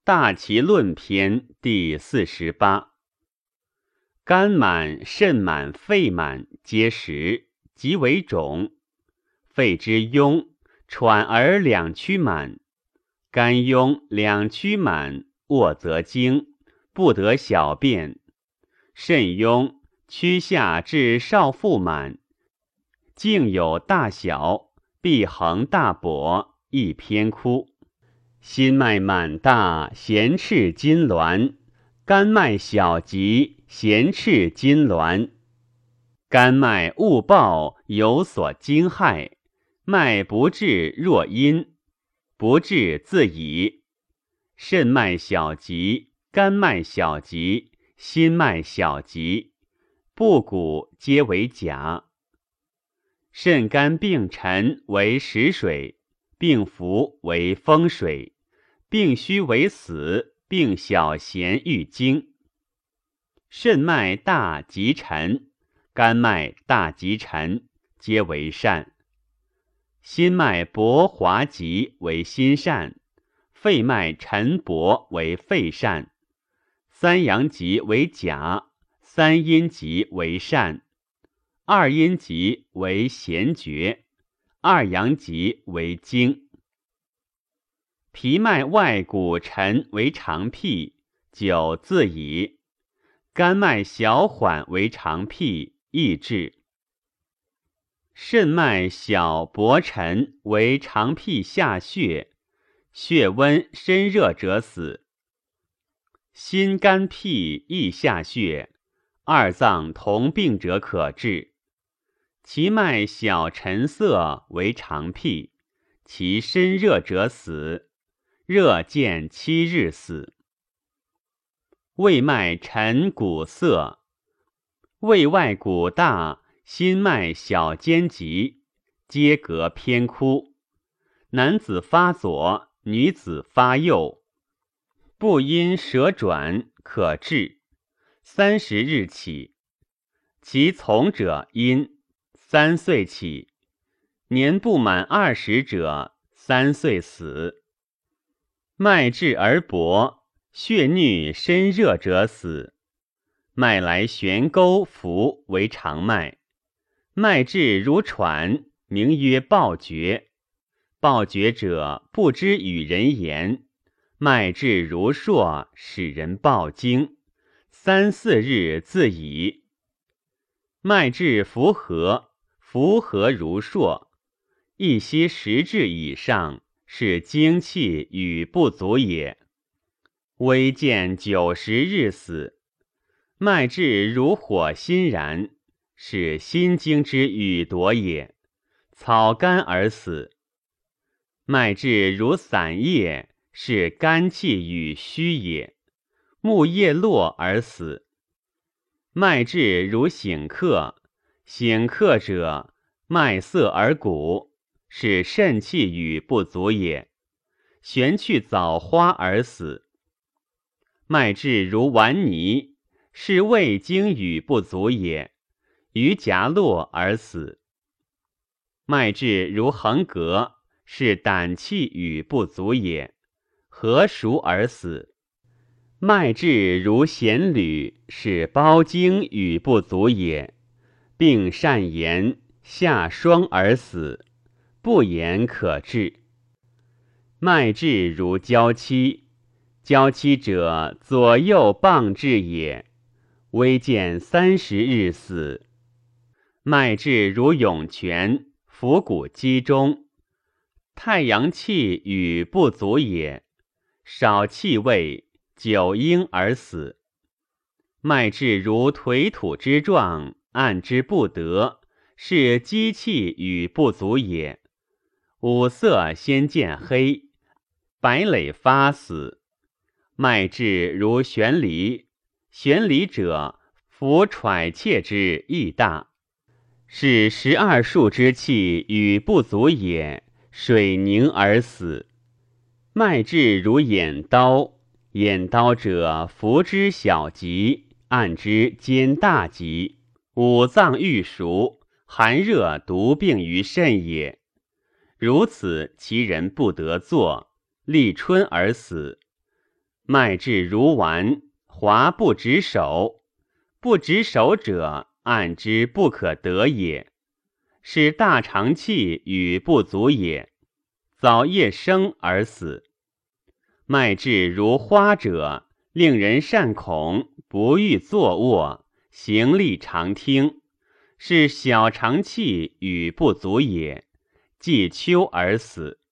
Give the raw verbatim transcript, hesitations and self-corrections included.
大齐论篇第四十八。肝满、肾满、肺满皆实，即为肿。肺之痈，喘而两曲满；肝痈两曲满，卧则惊，不得小便。肾痈，曲下至少腹满，径有大小，必横大跛，亦偏枯。心脉满大，弦赤筋挛；肝脉小急，弦赤筋挛。肝脉误报，有所惊骇，脉不至若阴，不至自已。肾脉小急，肝脉小急，心脉小急，布谷皆为假。肾肝并陈为实水，并浮为风水，并虚为死，并小弦郁经。肾脉大即沉，肝脉大即沉，皆为善。心脉薄滑急为心善，肺脉沉薄为肺善。三阳极为甲，三阴极为善。二阴极为弦绝，二阳极为经。脾脉外骨沉为长僻，久自已。肝脉小缓为长僻，易滞。肾脉小薄沉为长僻下血，血温身热者死。心肝脾易下血，二脏同病者可治。其脉小沉涩为长僻，其身热者死，热见七日死。胃脉沉骨涩，胃外骨大，心脉小尖急，皆隔偏枯。男子发左，女子发右，不因舌转，可治。三十日起，其从者阴。三岁起，年不满二十者，三岁死。脉滞而薄，血衄身热者死。脉来悬沟浮为长脉，脉滞如喘，名曰暴厥。暴厥者，不知与人言，脉滞如朔，使人暴惊，三四日自已。脉滞浮合，浮合如朔，一息十至以上，是精气与不足也。微见九十日死。脉滞如火心燃，是心经之与夺也，草干而死。脉滞如散叶，是肝气与虚也，木叶落而死。脉滞如醒客，醒客者，脉涩而鼓，是肾气与不足也，旋去枣花而死。脉滞如顽泥，是胃经与不足也，于夹络而死。脉滞如横膈，是胆气与不足也，合熟而死。脉滞如弦履，是包经与不足也，病善言，下霜而死，不言可治。脉滞如交期，交期者，左右傍滞也，微见三十日死。脉滞如涌泉，伏骨肌中，太阳气与不足也，少气味，久应而死。脉滞如颓土之状，按之不得，是积气与不足也。五色先见黑，白垒发死。脉滞如悬离，悬离者，夫揣切之亦大，是十二数之气与不足也，水凝而死。脉滞如眼刀，眼刀者，服之小疾，按之兼大疾，五脏欲熟，寒热毒病于肾也。如此，其人不得坐，立春而死。 脉至如丸，华不止手。不止手者，按之不可得也。是大肠气与不足也。早夜生而死。脉至如花者，令人善恐，不欲坐卧，行力常听。是小肠气与不足也。既秋而死。